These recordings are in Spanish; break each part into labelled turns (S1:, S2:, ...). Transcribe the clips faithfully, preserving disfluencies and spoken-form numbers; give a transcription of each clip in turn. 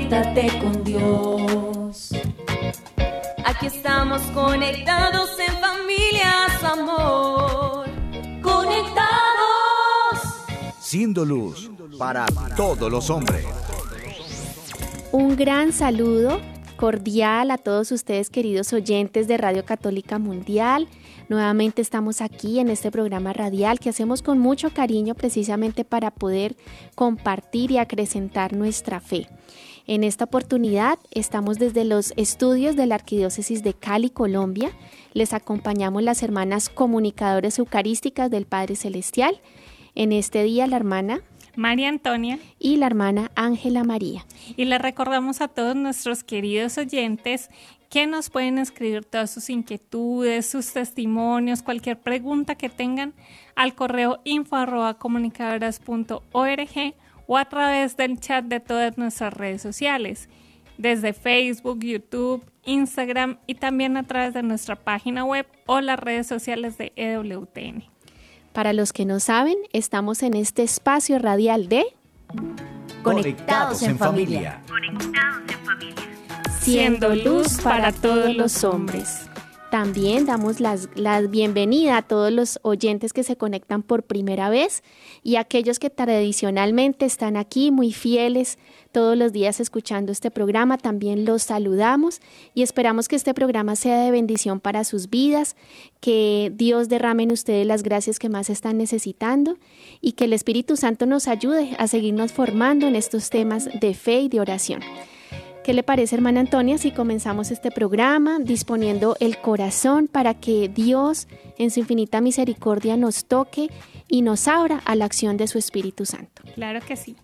S1: conéctate con Dios. Aquí estamos conectados en familias, amor. Conectados.
S2: Siendo luz para todos los hombres.
S3: Un gran saludo cordial a todos ustedes, queridos oyentes de Radio Católica Mundial. Nuevamente estamos aquí en este programa radial que hacemos con mucho cariño precisamente para poder compartir y acrecentar nuestra fe. En esta oportunidad estamos desde los estudios de la Arquidiócesis de Cali, Colombia. Les acompañamos las hermanas comunicadoras eucarísticas del Padre Celestial. En este día la hermana
S4: María Antonia
S3: y la hermana Ángela María.
S4: Y les recordamos a todos nuestros queridos oyentes que nos pueden escribir todas sus inquietudes, sus testimonios, cualquier pregunta que tengan al correo info arroba comunicadoras punto org o a través del chat de todas nuestras redes sociales, desde Facebook, YouTube, Instagram y también a través de nuestra página web o las redes sociales de E W T N.
S3: Para los que no saben, estamos en este espacio radial de
S2: Conectados en familia.
S4: Conectados en familia.
S3: Siendo luz para todos los hombres. También damos las, la bienvenida a todos los oyentes que se conectan por primera vez y a aquellos que tradicionalmente están aquí muy fieles todos los días escuchando este programa. También los saludamos y esperamos que este programa sea de bendición para sus vidas, que Dios derrame en ustedes las gracias que más están necesitando y que el Espíritu Santo nos ayude a seguirnos formando en estos temas de fe y de oración. ¿Qué le parece, hermana Antonia, si comenzamos este programa disponiendo el corazón para que Dios, en su infinita misericordia, nos toque y nos abra a la acción de su Espíritu Santo?
S4: Claro que sí.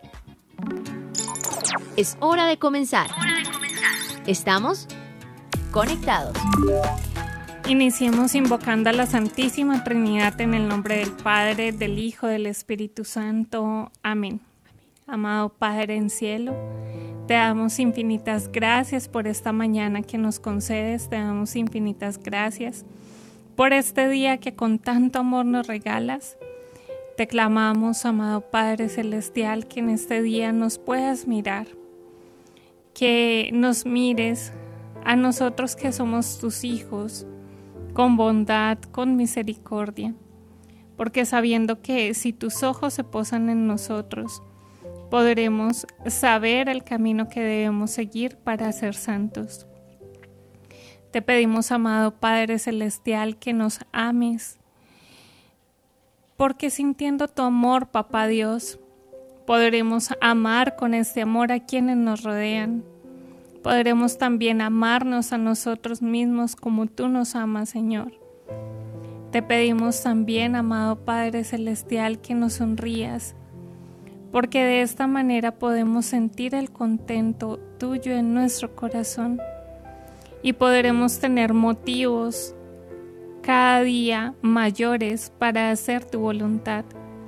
S5: Es hora de comenzar. Hora de comenzar. Estamos conectados.
S4: Iniciemos invocando a la Santísima Trinidad en el nombre del Padre, del Hijo, del Espíritu Santo. Amén. Amado Padre en cielo, te damos infinitas gracias por esta mañana que nos concedes, te damos infinitas gracias por este día que con tanto amor nos regalas. Te clamamos, amado Padre Celestial, que en este día nos puedas mirar, que nos mires a nosotros que somos tus hijos, con bondad, con misericordia, porque sabiendo que si tus ojos se posan en nosotros, podremos saber el camino que debemos seguir para ser santos. Te pedimos, amado Padre Celestial, que nos ames, porque sintiendo tu amor, Papá Dios, podremos amar con este amor a quienes nos rodean. Podremos también amarnos a nosotros mismos como tú nos amas, Señor. Te pedimos también, amado Padre Celestial, que nos sonrías, porque de esta manera podemos sentir el contento tuyo en nuestro corazón y podremos tener motivos cada día mayores para hacer tu voluntad.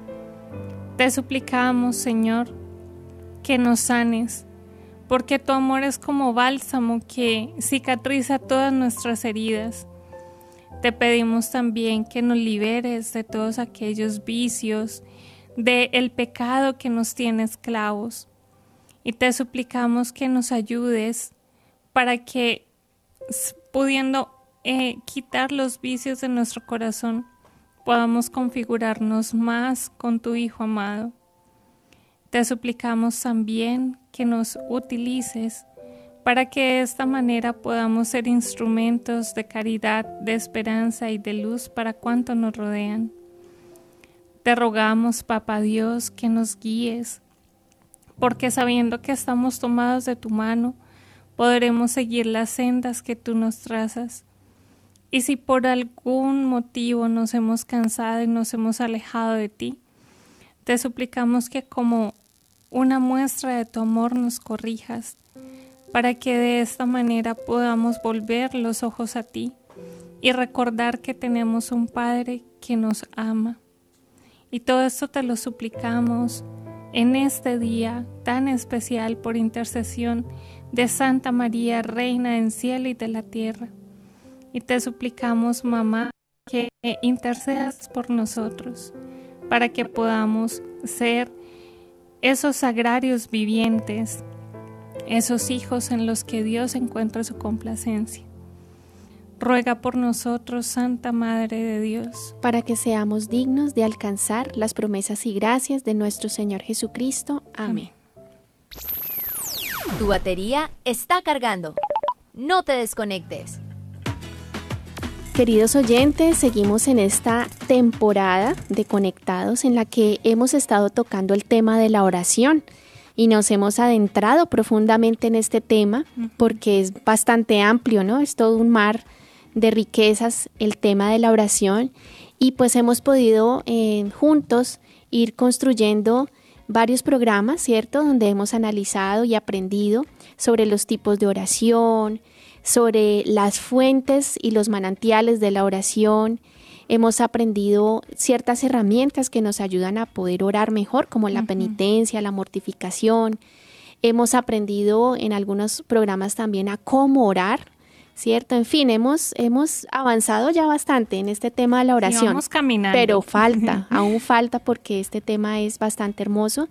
S4: Te suplicamos, Señor, que nos sanes, porque tu amor es como bálsamo que cicatriza todas nuestras heridas. Te pedimos también que nos liberes de todos aquellos vicios, del pecado que nos tiene esclavos, y te suplicamos que nos ayudes para que, pudiendo eh, quitar los vicios de nuestro corazón, podamos configurarnos más con tu Hijo amado. Te suplicamos también que nos utilices para que de esta manera podamos ser instrumentos de caridad, de esperanza y de luz para cuantos nos rodean. Te rogamos, Papá Dios, que nos guíes, porque sabiendo que estamos tomados de tu mano, podremos seguir las sendas que tú nos trazas. Y si por algún motivo nos hemos cansado y nos hemos alejado de ti, te suplicamos que como una muestra de tu amor nos corrijas, para que de esta manera podamos volver los ojos a ti y recordar que tenemos un Padre que nos ama. Y todo esto te lo suplicamos en este día tan especial por intercesión de Santa María, Reina del cielo y de la tierra. Y te suplicamos, mamá, que intercedas por nosotros para que podamos ser esos sagrarios vivientes esos hijos en los que Dios encuentra su complacencia. Ruega por nosotros, Santa Madre de Dios,
S3: para que seamos dignos de alcanzar las promesas y gracias de nuestro Señor Jesucristo. Amén.
S5: Tu batería está cargando. No te desconectes.
S3: Queridos oyentes, seguimos en esta temporada de Conectados en la que hemos estado tocando el tema de la oración y nos hemos adentrado profundamente en este tema porque es bastante amplio, ¿no? Es todo un mar de riquezas el tema de la oración y pues hemos podido eh, juntos ir construyendo varios programas, ¿cierto? Donde hemos analizado y aprendido sobre los tipos de oración, sobre las fuentes y los manantiales de la oración. Hemos aprendido ciertas herramientas que nos ayudan a poder orar mejor, como la uh-huh. penitencia, la mortificación. Hemos aprendido en algunos programas también a cómo orar, ¿cierto? En fin, hemos, hemos avanzado ya bastante en este tema de la oración.
S4: Sí, vamos caminando.
S3: Pero falta, aún falta porque este tema es bastante hermoso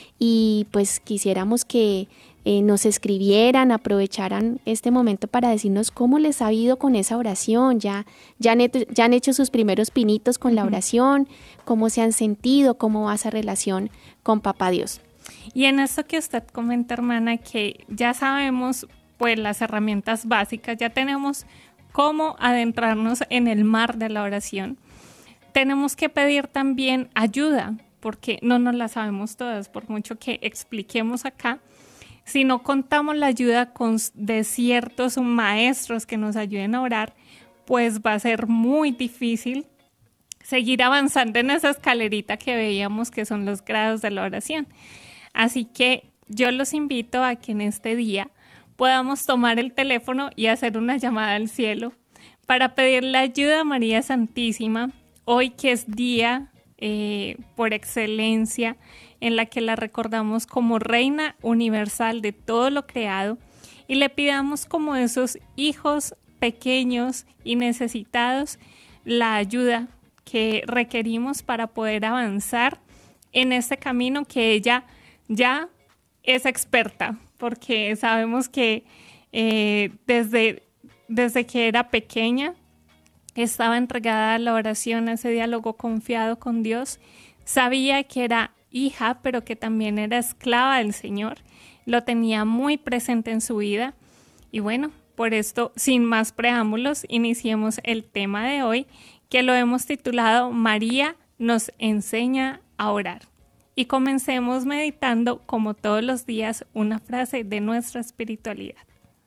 S3: y pues quisiéramos que eh, nos escribieran, aprovecharan este momento para decirnos cómo les ha ido con esa oración, ya, ya, han, hecho, ya han hecho sus primeros pinitos con la oración, cómo se han sentido, cómo va esa relación con Papá Dios.
S4: Y en esto que usted comenta, hermana, que ya sabemos pues las herramientas básicas, ya tenemos cómo adentrarnos en el mar de la oración. Tenemos que pedir también ayuda, porque no nos la sabemos todas, por mucho que expliquemos acá. Si no contamos la ayuda con, de ciertos maestros que nos ayuden a orar, pues va a ser muy difícil seguir avanzando en esa escalerita que veíamos que son los grados de la oración. Así que yo los invito a que en este día podamos tomar el teléfono y hacer una llamada al cielo para pedirle ayuda a María Santísima, hoy que es día eh, por excelencia en la que la recordamos como Reina Universal de todo lo creado y le pidamos como esos hijos pequeños y necesitados la ayuda que requerimos para poder avanzar en este camino que ella ya es experta, porque sabemos que eh, desde, desde que era pequeña estaba entregada a la oración, a ese diálogo confiado con Dios. Sabía que era hija, pero que también era esclava del Señor. Lo tenía muy presente en su vida. Y bueno, por esto, sin más preámbulos, iniciemos el tema de hoy, que lo hemos titulado María nos enseña a orar. Y comencemos meditando, como todos los días, una frase de nuestra espiritualidad.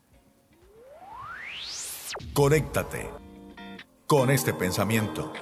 S2: Conéctate con este pensamiento.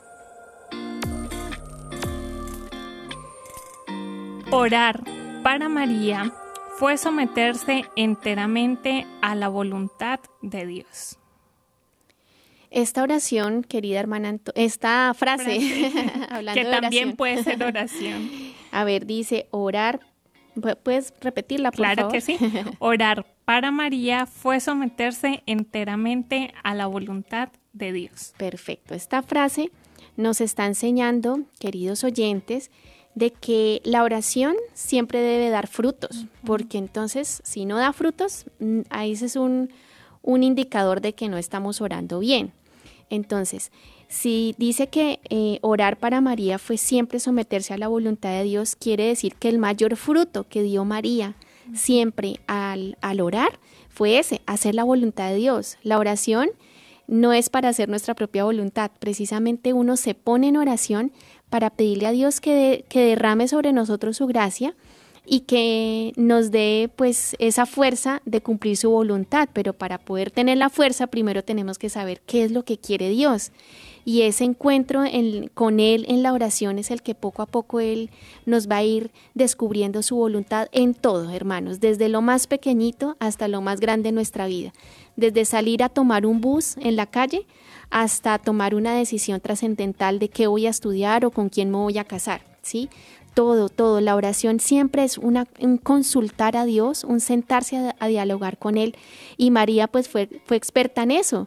S4: Orar para María fue someterse enteramente a la voluntad de Dios.
S3: Esta oración, querida hermana, esta frase, frase hablando
S4: que
S3: de
S4: también
S3: oración.
S4: puede ser oración.
S3: A ver, dice orar, ¿puedes repetirla, por
S4: claro
S3: favor?
S4: Claro que sí. Orar para María fue someterse enteramente a la voluntad de Dios.
S3: Perfecto. Esta frase nos está enseñando, queridos oyentes, de que la oración siempre debe dar frutos, uh-huh. porque entonces, si no da frutos, ahí es un, un indicador de que no estamos orando bien. Entonces, si dice que eh, orar para María fue siempre someterse a la voluntad de Dios, quiere decir que el mayor fruto que dio María siempre al, al orar fue ese, hacer la voluntad de Dios. La oración no es para hacer nuestra propia voluntad, precisamente uno se pone en oración para pedirle a Dios que, de, que derrame sobre nosotros su gracia y que nos dé pues esa fuerza de cumplir su voluntad, pero para poder tener la fuerza primero tenemos que saber qué es lo que quiere Dios. Y ese encuentro en, con Él en la oración es el que poco a poco Él nos va a ir descubriendo su voluntad en todo, hermanos, desde lo más pequeñito hasta lo más grande en nuestra vida. Desde salir a tomar un bus en la calle hasta tomar una decisión trascendental de qué voy a estudiar o con quién me voy a casar, ¿sí? Todo, todo. La oración siempre es una, un consultar a Dios, un sentarse a, a dialogar con Él. Y María pues fue, fue experta en eso.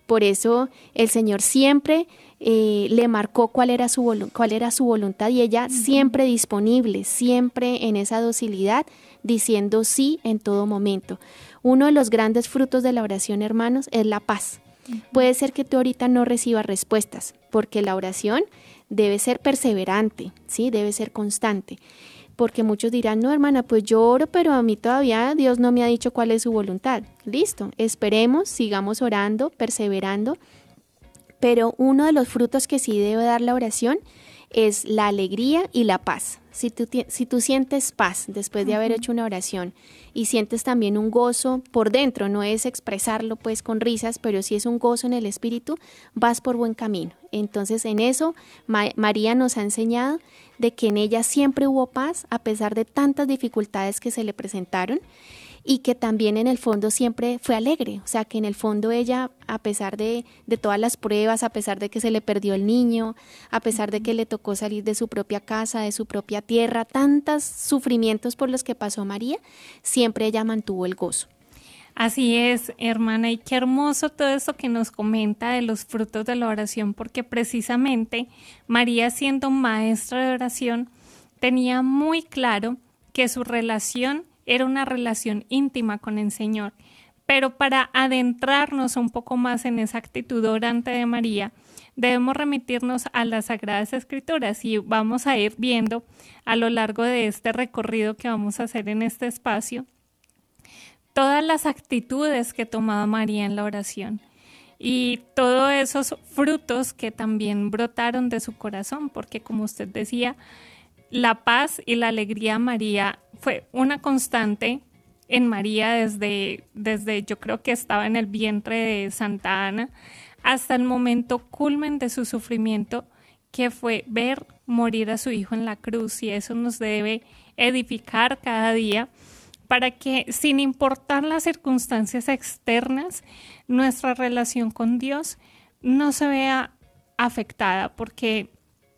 S3: Por eso el Señor siempre eh, le marcó cuál era su volu- cuál era su voluntad y ella uh-huh. siempre disponible, siempre en esa docilidad, diciendo sí en todo momento. Uno de los grandes frutos de la oración, hermanos, es la paz. Uh-huh. Puede ser que tú ahorita no recibas respuestas, porque la oración debe ser perseverante, ¿sí? Debe ser constante. Porque muchos dirán, no, hermana, pues yo oro, pero a mí todavía Dios no me ha dicho cuál es su voluntad. Listo, esperemos, sigamos orando, perseverando. Pero uno de los frutos que sí debe dar la oración es la alegría y la paz. Si tú, si tú sientes paz después de haber hecho una oración y sientes también un gozo por dentro, no es expresarlo pues con risas, pero sí es un gozo en el espíritu, vas por buen camino. Entonces en eso Ma- María nos ha enseñado de que en ella siempre hubo paz a pesar de tantas dificultades que se le presentaron y que también en el fondo siempre fue alegre, o sea que en el fondo ella, a pesar de, de todas las pruebas, a pesar de que se le perdió el niño, a pesar de que le tocó salir de su propia casa, de su propia tierra, tantos sufrimientos por los que pasó María, siempre ella mantuvo el gozo.
S4: Así es, hermana, y qué hermoso todo eso que nos comenta de los frutos de la oración, porque precisamente María, siendo maestra de oración, tenía muy claro que su relación era una relación íntima con el Señor. Pero para adentrarnos un poco más en esa actitud orante de María, debemos remitirnos a las Sagradas Escrituras y vamos a ir viendo a lo largo de este recorrido que vamos a hacer en este espacio todas las actitudes que tomaba María en la oración y todos esos frutos que también brotaron de su corazón, porque como usted decía, la paz y la alegría de María fue una constante en María desde, desde yo creo que estaba en el vientre de Santa Ana hasta el momento culmen de su sufrimiento, que fue ver morir a su hijo en la cruz, y eso nos debe edificar cada día para que, sin importar las circunstancias externas, nuestra relación con Dios no se vea afectada, porque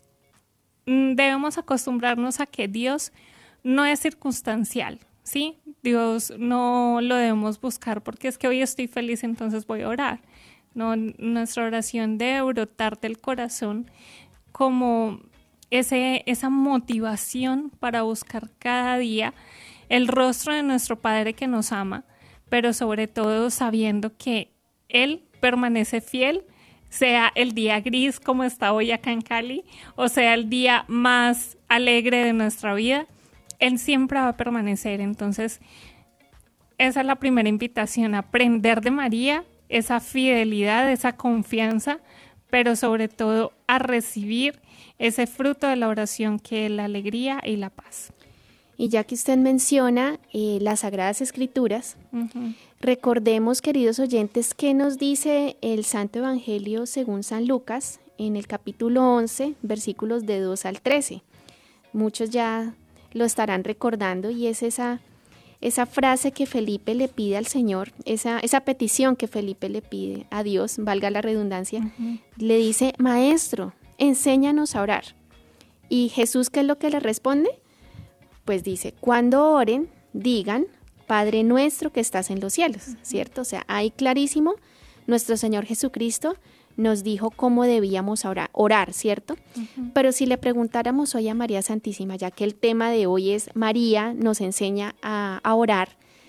S4: debemos acostumbrarnos a que Dios no es circunstancial, ¿sí? Dios no lo debemos buscar porque es que hoy estoy feliz, entonces voy a orar. No, nuestra oración debe brotar del corazón como ese, esa motivación para buscar cada día el rostro de nuestro Padre que nos ama, pero sobre todo sabiendo que Él permanece fiel, sea el día gris como está hoy acá en Cali, o sea el día más alegre de nuestra vida, Él siempre va a permanecer. Entonces, esa es la primera invitación, aprender de María, esa fidelidad, esa confianza, pero sobre todo a recibir ese fruto de la oración que es la alegría y la paz.
S3: Y ya que usted menciona eh, las Sagradas Escrituras, uh-huh. recordemos, queridos oyentes, qué nos dice el Santo Evangelio según San Lucas en el capítulo once, versículos de dos al trece. Muchos ya lo estarán recordando y es esa, esa frase que Felipe le pide al Señor, esa, esa petición que Felipe le pide a Dios, valga la redundancia, uh-huh. le dice, Maestro, enséñanos a orar. ¿Y Jesús qué es lo que le responde? Pues dice, cuando oren, digan, Padre nuestro que estás en los cielos, uh-huh. ¿cierto? O sea, ahí clarísimo, nuestro Señor Jesucristo nos dijo cómo debíamos orar, orar ¿cierto? Uh-huh. Pero si le preguntáramos hoy a María Santísima, ya que el tema de hoy es María nos enseña a, a orar,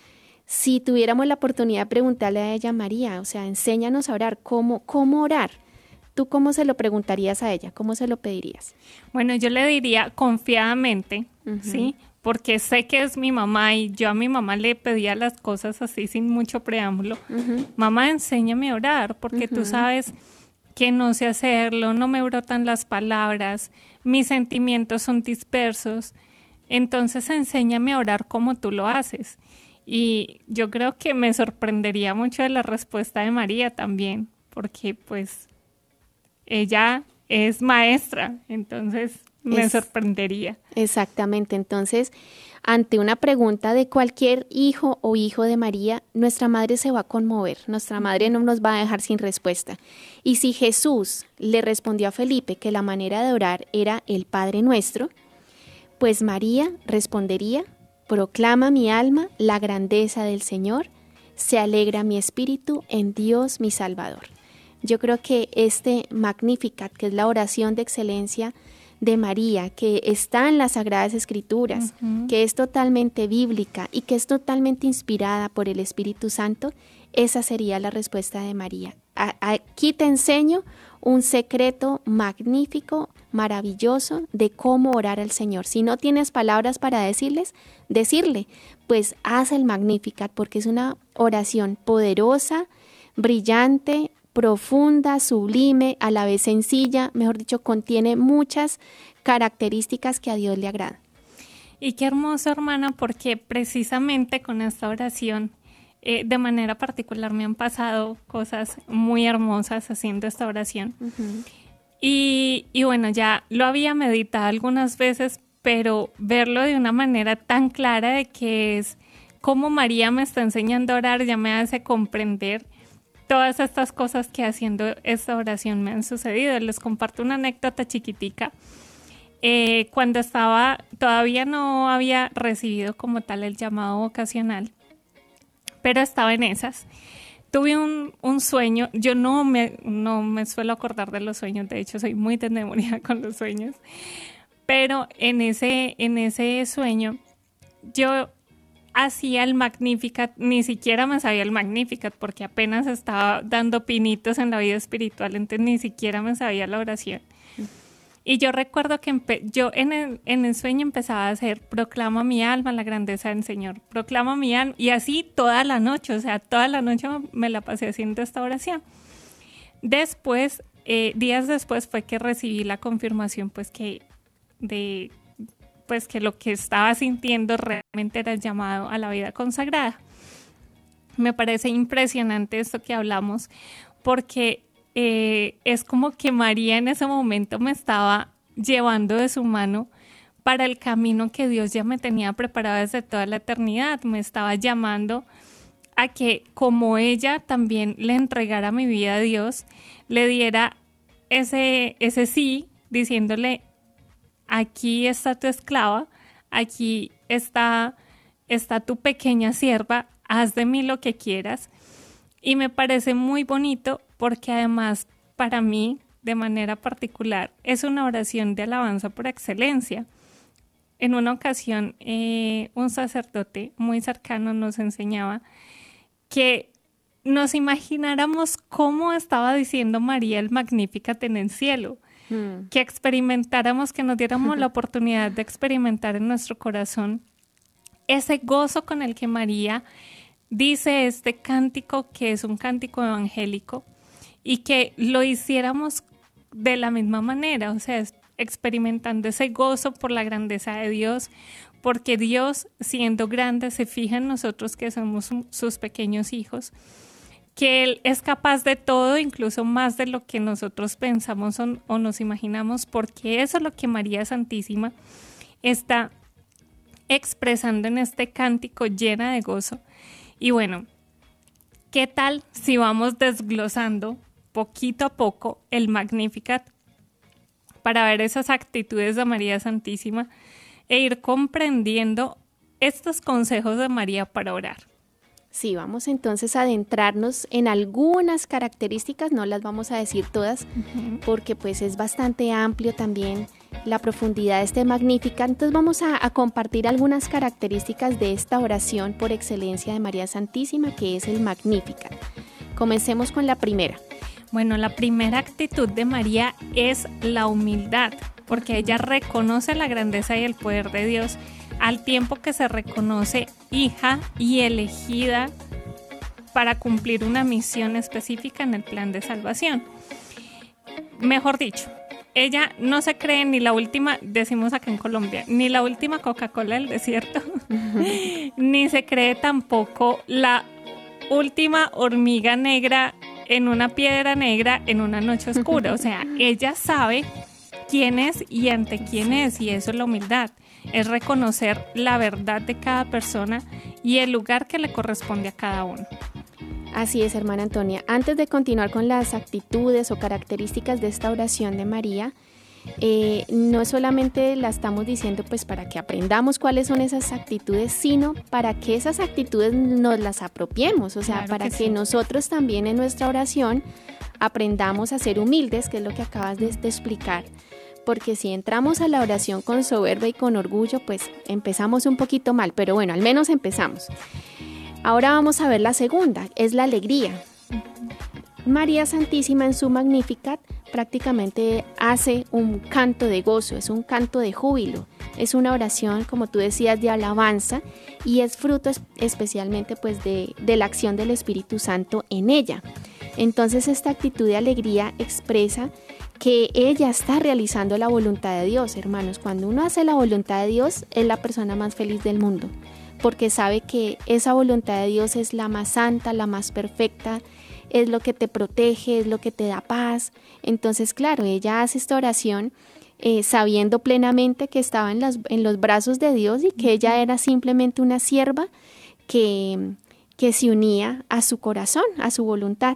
S3: si tuviéramos la oportunidad de preguntarle a ella, María, o sea, enséñanos a orar, ¿cómo, cómo orar? ¿Tú cómo se lo preguntarías a ella? ¿Cómo se lo pedirías?
S4: Bueno, yo le diría confiadamente, uh-huh. ¿sí? Porque sé que es mi mamá y yo a mi mamá le pedía las cosas así sin mucho preámbulo. Uh-huh. Mamá, enséñame a orar, porque uh-huh. tú sabes que no sé hacerlo, no me brotan las palabras, mis sentimientos son dispersos. Entonces enséñame a orar como tú lo haces. Y yo creo que me sorprendería mucho de la respuesta de María también, porque pues ella es maestra, entonces me es, sorprendería.
S3: Exactamente, entonces ante una pregunta de cualquier hijo o hijo de María, nuestra madre se va a conmover, nuestra madre no nos va a dejar sin respuesta. Y si Jesús le respondió a Felipe que la manera de orar era el Padre Nuestro, pues María respondería, proclama mi alma la grandeza del Señor, se alegra mi espíritu en Dios mi Salvador. Yo creo que este Magnificat, que es la oración de excelencia de María, que está en las Sagradas Escrituras, uh-huh. que es totalmente bíblica y que es totalmente inspirada por el Espíritu Santo, esa sería la respuesta de María. A- aquí te enseño un secreto magnífico, maravilloso de cómo orar al Señor. Si no tienes palabras para decirles, decirle, pues haz el Magnificat, porque es una oración poderosa, brillante, profunda, sublime, a la vez sencilla, mejor dicho, contiene muchas características que a Dios le agradan.
S4: Y qué hermoso, hermana, porque precisamente con esta oración, eh, de manera particular me han pasado cosas muy hermosas haciendo esta oración. Uh-huh. Y, y bueno, ya lo había meditado algunas veces, pero verlo de una manera tan clara de que es como María me está enseñando a orar, ya me hace comprender todas estas cosas que haciendo esta oración me han sucedido. Les comparto una anécdota chiquitica. Eh, cuando estaba, todavía no había recibido como tal el llamado vocacional, pero estaba en esas. Tuve un, un sueño, yo no me, no me suelo acordar de los sueños, de hecho soy muy de memoria con los sueños, pero en ese, en ese sueño yo hacía el Magnificat, ni siquiera me sabía el Magnificat porque apenas estaba dando pinitos en la vida espiritual, entonces ni siquiera me sabía la oración. Y yo recuerdo que empe- yo en el, en el sueño empezaba a hacer proclama mi alma la grandeza del Señor, proclama mi alma, y así toda la noche, o sea, toda la noche me la pasé haciendo esta oración. Después, eh, días después fue que recibí la confirmación pues que de pues que lo que estaba sintiendo realmente era el llamado a la vida consagrada. Me parece impresionante esto que hablamos, porque eh, es como que María en ese momento me estaba llevando de su mano para el camino que Dios ya me tenía preparado desde toda la eternidad. Me estaba llamando a que, como ella también le entregara mi vida a Dios, le diera ese, ese sí, diciéndole: aquí está tu esclava, aquí está, está tu pequeña sierva, haz de mí lo que quieras. Y me parece muy bonito porque además para mí, de manera particular, es una oración de alabanza por excelencia. En una ocasión, eh, un sacerdote muy cercano nos enseñaba que nos imagináramos cómo estaba diciendo María el Magnificat en el cielo. Que experimentáramos, que nos diéramos la oportunidad de experimentar en nuestro corazón ese gozo con el que María dice este cántico, que es un cántico evangélico, y que lo hiciéramos de la misma manera, o sea, experimentando ese gozo por la grandeza de Dios, porque Dios, siendo grande, se fija en nosotros que somos sus pequeños hijos, que Él es capaz de todo, incluso más de lo que nosotros pensamos o, o nos imaginamos, porque eso es lo que María Santísima está expresando en este cántico llena de gozo. Y bueno, ¿qué tal si vamos desglosando poquito a poco el Magnificat para ver esas actitudes de María Santísima e ir comprendiendo estos consejos de María para orar?
S3: Sí, vamos entonces a adentrarnos en algunas características, no las vamos a decir todas, uh-huh. porque pues es bastante amplio también la profundidad de este Magnificat. Entonces vamos a, a compartir algunas características de esta oración por excelencia de María Santísima, que es el Magnificat. Comencemos con la primera.
S4: Bueno, la primera actitud de María es la humildad, porque ella reconoce la grandeza y el poder de Dios, al tiempo que se reconoce hija y elegida para cumplir una misión específica en el plan de salvación. Mejor dicho, ella no se cree ni la última, decimos acá en Colombia, ni la última Coca-Cola del desierto, ni se cree tampoco la última hormiga negra en una piedra negra en una noche oscura. O sea, ella sabe quién es y ante quién es, y eso es la humildad. Es reconocer la verdad de cada persona y el lugar que le corresponde a cada uno.
S3: Así es, hermana Antonia. Antes de continuar con las actitudes o características de esta oración de María, eh, no solamente la estamos diciendo pues para que aprendamos cuáles son esas actitudes, sino para que esas actitudes nos las apropiemos, o sea, claro para que, que sí. nosotros también en nuestra oración aprendamos a ser humildes, que es lo que acabas de, de explicar, porque si entramos a la oración con soberbia y con orgullo, pues empezamos un poquito mal, pero bueno, al menos empezamos. Ahora vamos a ver la segunda, es la alegría. María Santísima en su Magnificat prácticamente hace un canto de gozo, es un canto de júbilo, es una oración, como tú decías, de alabanza y es fruto es, especialmente pues de, de la acción del Espíritu Santo en ella. Entonces esta actitud de alegría expresa que ella está realizando la voluntad de Dios, hermanos. Cuando uno hace la voluntad de Dios, es la persona más feliz del mundo, porque sabe que esa voluntad de Dios es la más santa, la más perfecta, es lo que te protege, es lo que te da paz. Entonces, claro, ella hace esta oración eh, sabiendo plenamente que estaba en, las, en los brazos de Dios y que ella era simplemente una sierva que, que se unía a su corazón, a su voluntad.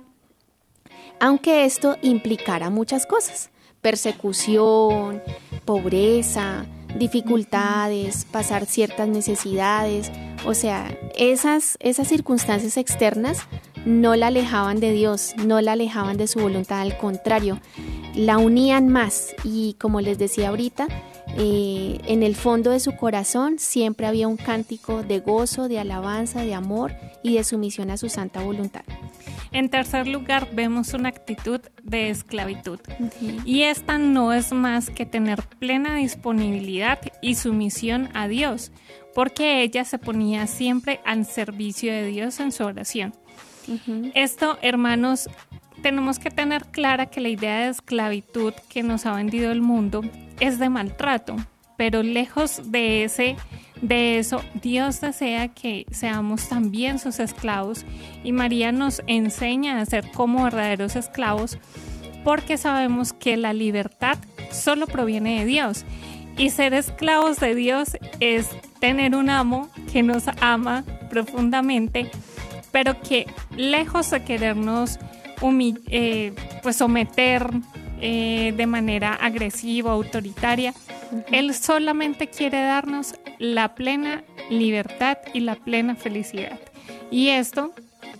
S3: Aunque esto implicara muchas cosas: persecución, pobreza, dificultades, pasar ciertas necesidades. O sea, esas, esas circunstancias externas no la alejaban de Dios, no la alejaban de su voluntad, al contrario, la unían más. Y como les decía ahorita, eh, en el fondo de su corazón siempre había un cántico de gozo, de alabanza, de amor y de sumisión a su santa voluntad.
S4: En tercer lugar, vemos una actitud de esclavitud. Uh-huh. Y esta no es más que tener plena disponibilidad y sumisión a Dios, porque ella se ponía siempre al servicio de Dios en su oración. Uh-huh. Esto, hermanos, tenemos que tener clara que la idea de esclavitud que nos ha vendido el mundo es de maltrato, pero lejos de ese, de eso, Dios desea que seamos también sus esclavos, y María nos enseña a ser como verdaderos esclavos, porque sabemos que la libertad solo proviene de Dios, y ser esclavos de Dios es tener un amo que nos ama profundamente, pero que lejos de querernos humil- eh, pues someter eh, de manera agresiva, autoritaria, uh-huh. Él solamente quiere darnos la plena libertad y la plena felicidad. Y esto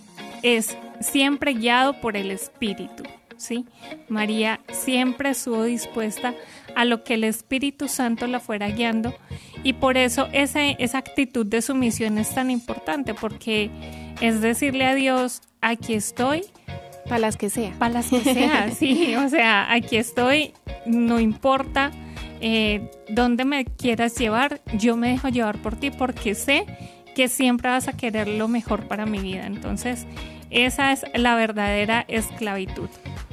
S4: es siempre guiado por el Espíritu, ¿sí? María siempre estuvo dispuesta a lo que el Espíritu Santo la fuera guiando, y por eso ese, esa actitud de sumisión es tan importante, porque es decirle a Dios: aquí estoy.
S3: Para las que sea.
S4: Para las que sea, sí. O sea, aquí estoy, no importa eh, dónde me quieras llevar, yo me dejo llevar por ti, porque sé que siempre vas a querer lo mejor para mi vida. Entonces, esa es la verdadera esclavitud.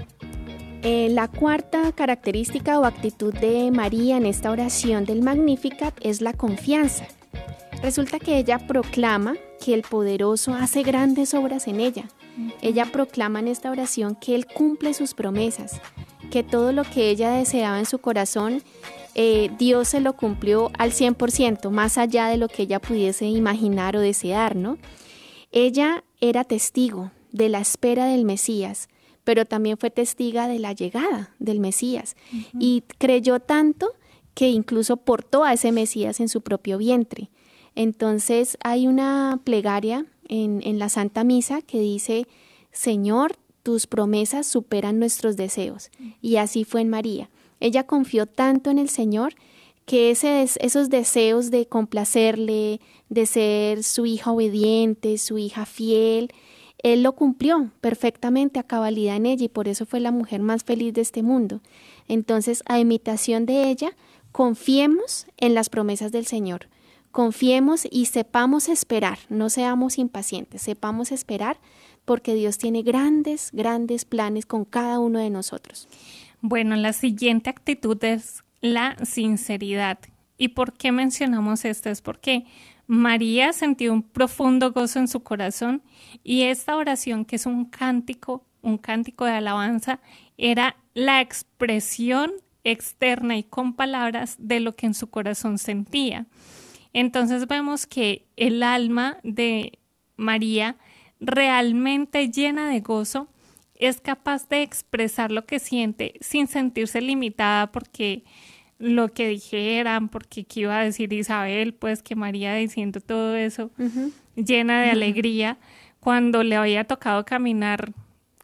S3: Eh, la cuarta característica o actitud de María en esta oración del Magnificat es la confianza. Resulta que ella proclama que el Poderoso hace grandes obras en ella. Ella proclama en esta oración que Él cumple sus promesas, que todo lo que ella deseaba en su corazón, eh, Dios se lo cumplió al cien por ciento, más allá de lo que ella pudiese imaginar o desear, ¿no? Ella era testigo de la espera del Mesías, pero también fue testiga de la llegada del Mesías, uh-huh. y creyó tanto que incluso portó a ese Mesías en su propio vientre. Entonces hay una plegaria en, en la Santa Misa que dice: Señor, tus promesas superan nuestros deseos. Y así fue en María. Ella confió tanto en el Señor que ese, esos deseos de complacerle, de ser su hija obediente, su hija fiel, Él lo cumplió perfectamente, a cabalidad en ella, y por eso fue la mujer más feliz de este mundo. Entonces, a imitación de ella, confiemos en las promesas del Señor. Confiemos y sepamos esperar, no seamos impacientes, sepamos esperar, porque Dios tiene grandes, grandes planes con cada uno de nosotros.
S4: Bueno, la siguiente actitud es la sinceridad. ¿Y por qué mencionamos esto? Es porque María sentió un profundo gozo en su corazón, y esta oración, que es un cántico, un cántico de alabanza, era la expresión externa y con palabras de lo que en su corazón sentía. Entonces vemos que el alma de María, realmente llena de gozo, es capaz de expresar lo que siente sin sentirse limitada porque lo que dijeran, porque qué iba a decir Isabel, pues que María diciendo todo eso, uh-huh. llena de uh-huh. alegría, cuando le había tocado caminar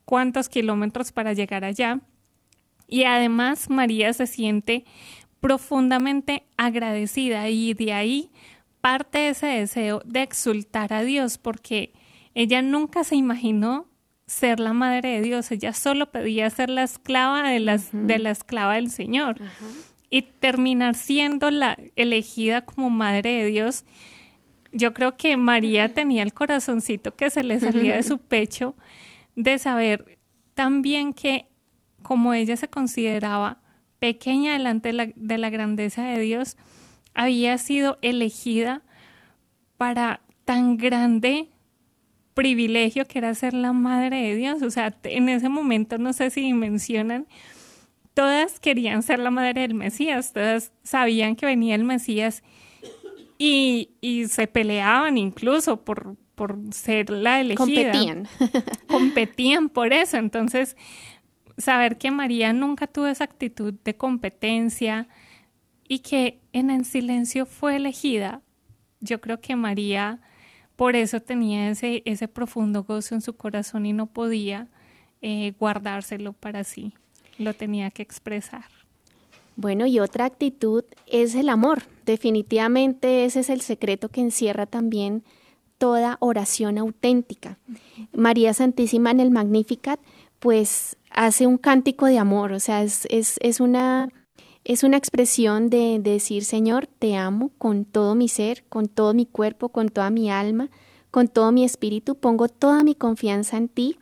S4: cuantos kilómetros para llegar allá. Y además María se siente profundamente agradecida y de ahí parte ese deseo de exaltar a Dios, porque ella nunca se imaginó ser la madre de Dios, ella solo pedía ser la esclava de, las, uh-huh. de la esclava del Señor. Uh-huh. Y terminar siendo la elegida como madre de Dios. Yo creo que María tenía el corazoncito que se le salía de su pecho de saber también que como ella se consideraba pequeña delante de la, de la grandeza de Dios, había sido elegida para tan grande privilegio que era ser la madre de Dios. O sea, en ese momento, no sé si mencionan, todas querían ser la madre del Mesías, todas sabían que venía el Mesías y, y se peleaban incluso por, por ser la elegida.
S3: Competían.
S4: Competían por eso. Entonces, saber que María nunca tuvo esa actitud de competencia y que en el silencio fue elegida, yo creo que María por eso tenía ese, ese profundo gozo en su corazón y no podía eh, guardárselo para sí, lo tenía que expresar.
S3: Bueno, y otra actitud es el amor. Definitivamente ese es el secreto que encierra también toda oración auténtica. María Santísima en el Magnificat, pues hace un cántico de amor, o sea, es, es, es, una, es una expresión de, de decir, Señor, te amo con todo mi ser, con todo mi cuerpo, con toda mi alma, con todo mi espíritu, pongo toda mi confianza en ti.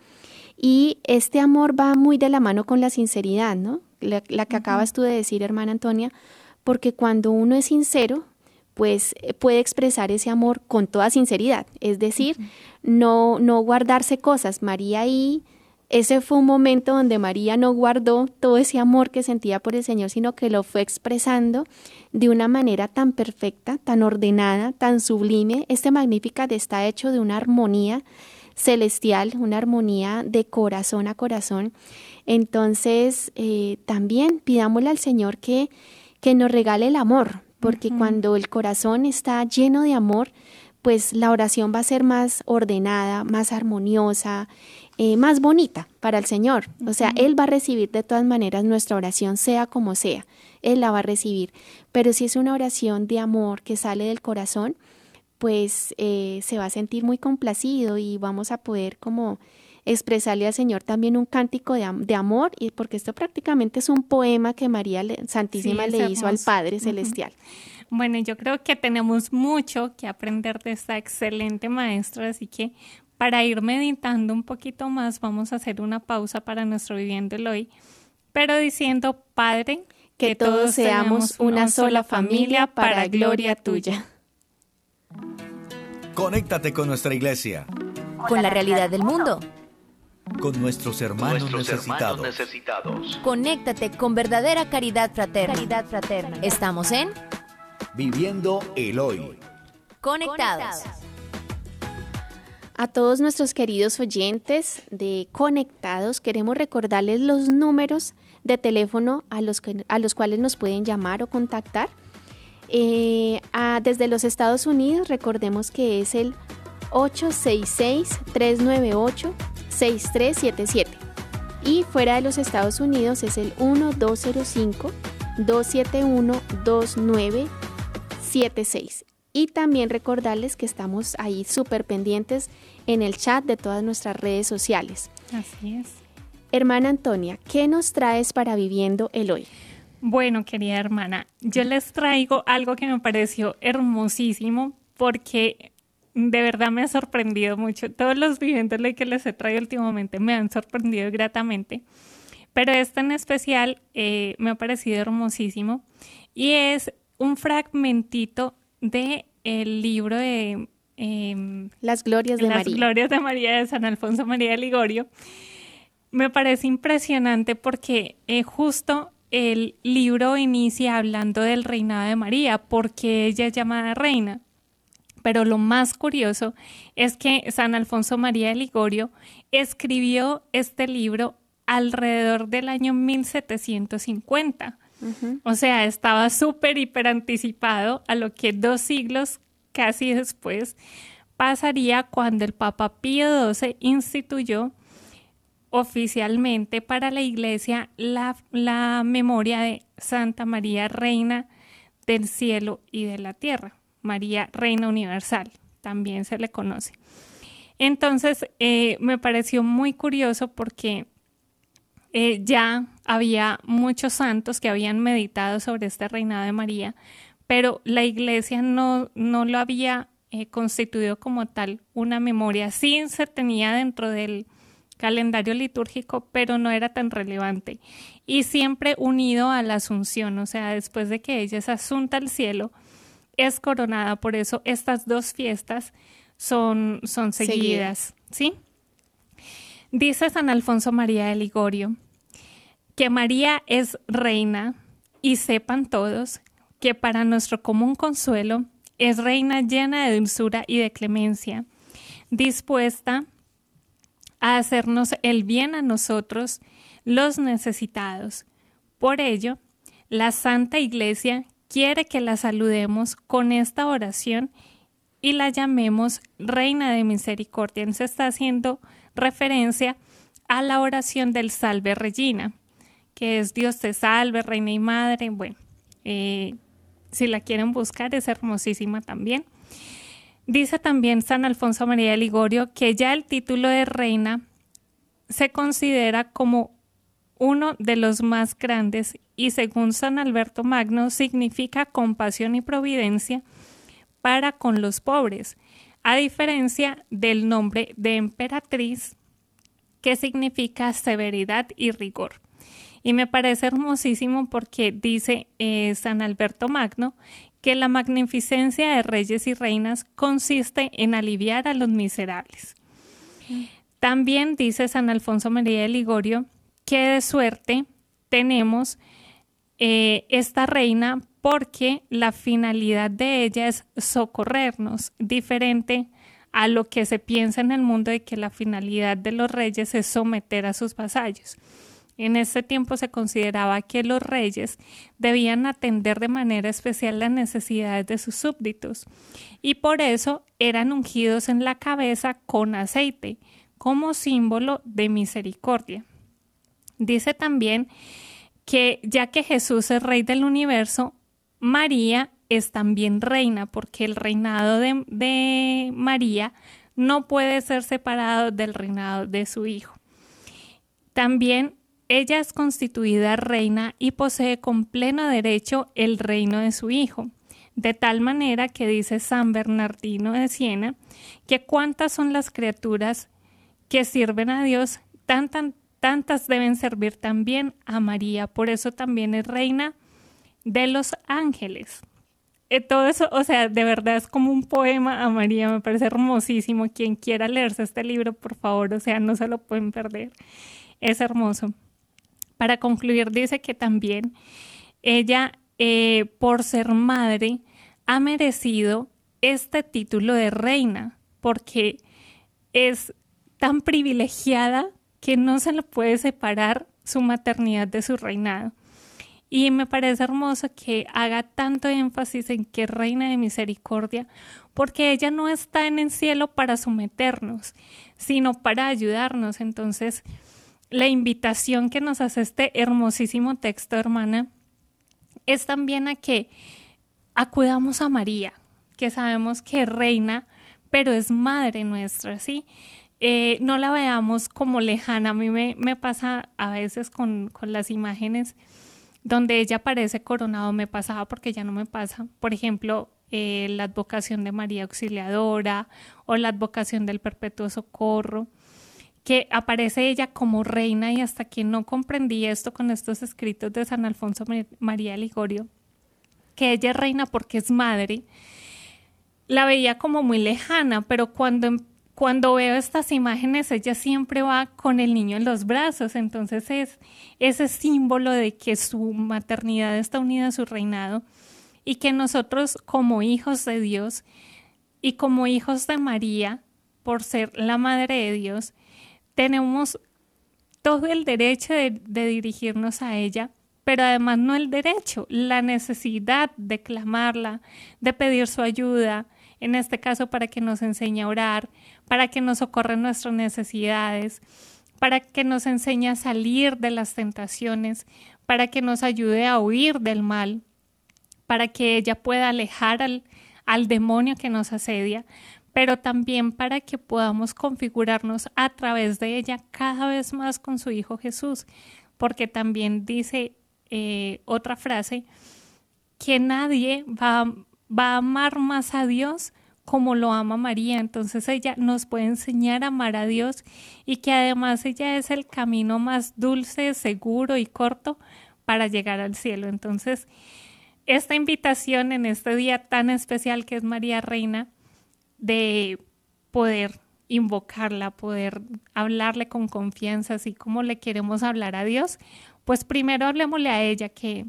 S3: Y este amor va muy de la mano con la sinceridad, ¿no? La, la que uh-huh. acabas tú de decir, hermana Antonia, porque cuando uno es sincero, pues puede expresar ese amor con toda sinceridad, es decir, uh-huh. no, no guardarse cosas. María ahí, ese fue un momento donde María no guardó todo ese amor que sentía por el Señor, sino que lo fue expresando de una manera tan perfecta, tan ordenada, tan sublime. Este Magnificat está hecho de una armonía celestial, una armonía de corazón a corazón. Entonces, eh, también pidámosle al Señor que, que nos regale el amor, porque uh-huh. cuando el corazón está lleno de amor, pues la oración va a ser más ordenada, más armoniosa, eh, más bonita para el Señor. O sea, uh-huh. Él va a recibir de todas maneras nuestra oración, sea como sea, Él la va a recibir. Pero si es una oración de amor que sale del corazón, pues eh, se va a sentir muy complacido y vamos a poder como expresarle al Señor también un cántico de, de amor, y porque esto prácticamente es un poema que María le, Santísima sí, le hermoso. hizo al Padre uh-huh. Celestial.
S4: Bueno, yo creo que tenemos mucho que aprender de esta excelente maestra, así que para ir meditando un poquito más vamos a hacer una pausa para nuestro Viviendo el Hoy, pero diciendo, Padre,
S3: que, que todos seamos una sola familia para, para gloria tuya.
S2: Conéctate con nuestra iglesia.
S5: Con la realidad del mundo.
S2: Con nuestros hermanos,
S6: nuestros
S2: necesitados.
S6: hermanos necesitados.
S5: Conéctate con verdadera caridad fraterna. Caridad fraterna. Estamos en
S2: Viviendo el Hoy.
S5: Conectados.
S3: A todos nuestros queridos oyentes de Conectados, queremos recordarles los números de teléfono a los, que, a los cuales nos pueden llamar o contactar. Eh, a, desde los Estados Unidos, recordemos que es el ocho seis seis, tres nueve ocho, seis tres siete siete, y fuera de los Estados Unidos es el uno dos cero cinco, dos siete uno, dos nueve siete seis. Y también recordarles que estamos ahí súper pendientes en el chat de todas nuestras redes sociales.
S4: Así es.
S3: Hermana Antonia, ¿qué nos traes para Viviendo el Hoy?
S4: Bueno, querida hermana, yo les traigo algo que me pareció hermosísimo porque de verdad me ha sorprendido mucho. Todos los Viviendo el Hoy que les he traído últimamente me han sorprendido gratamente, pero este en especial eh, me ha parecido hermosísimo y es un fragmentito de el libro de eh,
S3: Las Glorias de
S4: Las
S3: María.
S4: Glorias de María de San Alfonso María de Ligorio. Me parece impresionante porque eh, justo el libro inicia hablando del reinado de María, porque ella es llamada reina. Pero lo más curioso es que San Alfonso María de Ligorio escribió este libro alrededor del año mil setecientos cincuenta. Uh-huh. O sea, estaba súper hiper anticipado a lo que dos siglos casi después pasaría cuando el Papa Pío doce instituyó oficialmente para la Iglesia la, la memoria de Santa María, Reina del cielo y de la tierra. María, Reina Universal, también se le conoce. Entonces, eh, me pareció muy curioso porque eh, ya había muchos santos que habían meditado sobre este reinado de María, pero la Iglesia no, no lo había eh, constituido como tal una memoria. Sí se tenía dentro del calendario litúrgico, pero no era tan relevante. Y siempre unido a la Asunción, o sea, después de que ella es asunta al cielo, es coronada. Por eso estas dos fiestas son, son seguidas, ¿sí? Dice San Alfonso María de Ligorio que María es reina, y sepan todos que para nuestro común consuelo es reina llena de dulzura y de clemencia, dispuesta a hacernos el bien a nosotros, los necesitados. Por ello, la Santa Iglesia quiere que la saludemos con esta oración y la llamemos Reina de Misericordia. Se está haciendo referencia a la oración del Salve Regina, que es Dios te salve, Reina y Madre. Bueno, eh, si la quieren buscar, es hermosísima también. Dice también San Alfonso María de Ligorio que ya el título de reina se considera como uno de los más grandes y según San Alberto Magno significa compasión y providencia para con los pobres, a diferencia del nombre de emperatriz que significa severidad y rigor. Y me parece hermosísimo porque dice eh, San Alberto Magno que la magnificencia de reyes y reinas consiste en aliviar a los miserables. Mm. También dice San Alfonso María de Ligorio que de suerte tenemos eh, esta reina porque la finalidad de ella es socorrernos, diferente a lo que se piensa en el mundo de que la finalidad de los reyes es someter a sus vasallos. En ese tiempo se consideraba que los reyes debían atender de manera especial las necesidades de sus súbditos y por eso eran ungidos en la cabeza con aceite como símbolo de misericordia. Dice también que ya que Jesús es rey del universo, María es también reina porque el reinado de, de María no puede ser separado del reinado de su hijo. También ella es constituida reina y posee con pleno derecho el reino de su hijo, de tal manera que dice San Bernardino de Siena que cuántas son las criaturas que sirven a Dios, tantas, tantas deben servir también a María, por eso también es reina de los ángeles. Eh, todo eso, o sea, de verdad es como un poema a María, me parece hermosísimo. Quien quiera leerse este libro, por favor, o sea, no se lo pueden perder, es hermoso. Para concluir, dice que también ella, eh, por ser madre, ha merecido este título de reina, porque es tan privilegiada que no se le puede separar su maternidad de su reinado. Y me parece hermoso que haga tanto énfasis en que es reina de misericordia, porque ella no está en el cielo para someternos, sino para ayudarnos. Entonces, la invitación que nos hace este hermosísimo texto, hermana, es también a que acudamos a María, que sabemos que es reina, pero es madre nuestra, ¿sí? Eh, no la veamos como lejana. A mí me, me pasa a veces con, con las imágenes donde ella aparece coronado, me pasaba porque ya no me pasa. Por ejemplo, eh, la advocación de María Auxiliadora o la advocación del Perpetuo Socorro, que aparece ella como reina, y hasta que no comprendí esto con estos escritos de San Alfonso María de Ligorio, que ella es reina porque es madre, la veía como muy lejana, pero cuando, cuando veo estas imágenes, ella siempre va con el niño en los brazos, entonces es ese símbolo de que su maternidad está unida a su reinado y que nosotros como hijos de Dios y como hijos de María, por ser la madre de Dios, tenemos todo el derecho de, de dirigirnos a ella, pero además no el derecho, la necesidad de clamarla, de pedir su ayuda, en este caso para que nos enseñe a orar, para que nos socorra en nuestras necesidades, para que nos enseñe a salir de las tentaciones, para que nos ayude a huir del mal, para que ella pueda alejar al, al demonio que nos asedia, pero también para que podamos configurarnos a través de ella cada vez más con su Hijo Jesús, porque también dice eh, otra frase, que nadie va, va a amar más a Dios como lo ama María. Entonces ella nos puede enseñar a amar a Dios y que además ella es el camino más dulce, seguro y corto para llegar al cielo. Entonces esta invitación en este día tan especial que es María Reina, de poder invocarla, poder hablarle con confianza, así como le queremos hablar a Dios, pues primero hablemosle a ella, que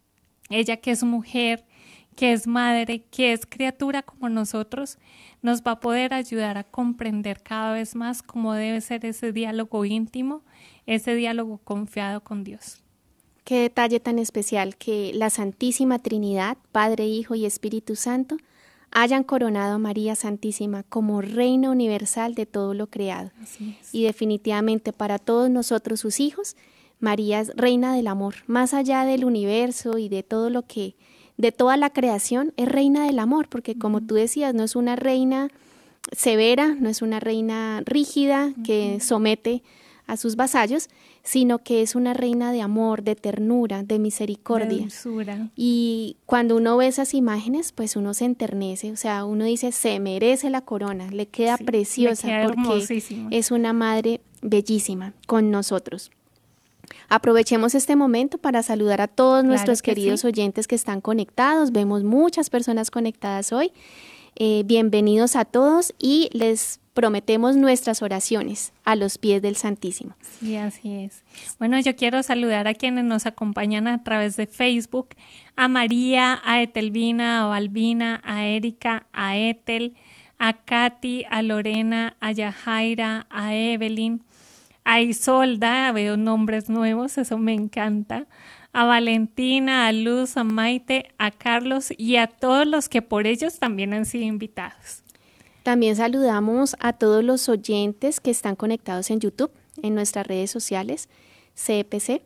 S4: ella que es mujer, que es madre, que es criatura como nosotros, nos va a poder ayudar a comprender cada vez más cómo debe ser ese diálogo íntimo, ese diálogo confiado con Dios.
S3: Qué detalle tan especial que la Santísima Trinidad, Padre, Hijo y Espíritu Santo, hayan coronado a María Santísima como Reina Universal de todo lo creado.
S4: Así es.
S3: Y definitivamente para todos nosotros, sus hijos, María es Reina del Amor. Más allá del universo y de todo lo que, de toda la creación, es Reina del Amor, porque como tú decías, no es una reina severa, no es una reina rígida que uh-huh. somete a sus vasallos, sino que es una reina de amor, de ternura, de misericordia.
S4: De dulzura.
S3: Y cuando uno ve esas imágenes, pues uno se enternece, o sea, uno dice, se merece la corona, le queda sí, preciosa,
S4: le queda
S3: porque es una madre bellísima con nosotros. Aprovechemos este momento para saludar a todos claro nuestros que queridos sí. oyentes que están conectados. Vemos muchas personas conectadas hoy. Eh, bienvenidos a todos y les prometemos nuestras oraciones a los pies del Santísimo.
S4: Sí, así es. Bueno, yo quiero saludar a quienes nos acompañan a través de Facebook, a María, a Etelvina, a Balbina, a Erika, a Etel, a Katy, a Lorena, a Yajaira, a Evelyn, a Isolda, veo nombres nuevos, eso me encanta, a Valentina, a Luz, a Maite, a Carlos y a todos los que por ellos también han sido invitados.
S3: También saludamos a todos los oyentes que están conectados en YouTube, en nuestras redes sociales, C P C.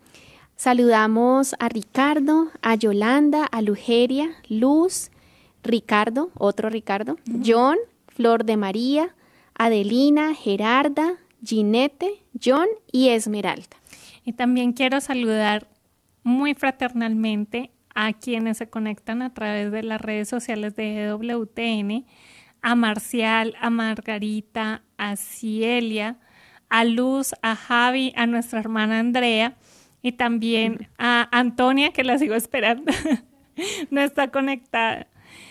S3: Saludamos a Ricardo, a Yolanda, a Lugeria, Luz, Ricardo, otro Ricardo, uh-huh. John, Flor de María, Adelina, Gerarda, Ginette, John y Esmeralda.
S4: Y también quiero saludar muy fraternalmente a quienes se conectan a través de las redes sociales de E W T N, a Marcial, a Margarita, a Cielia, a Luz, a Javi, a nuestra hermana Andrea y también a Antonia, que la sigo esperando, no está conectada.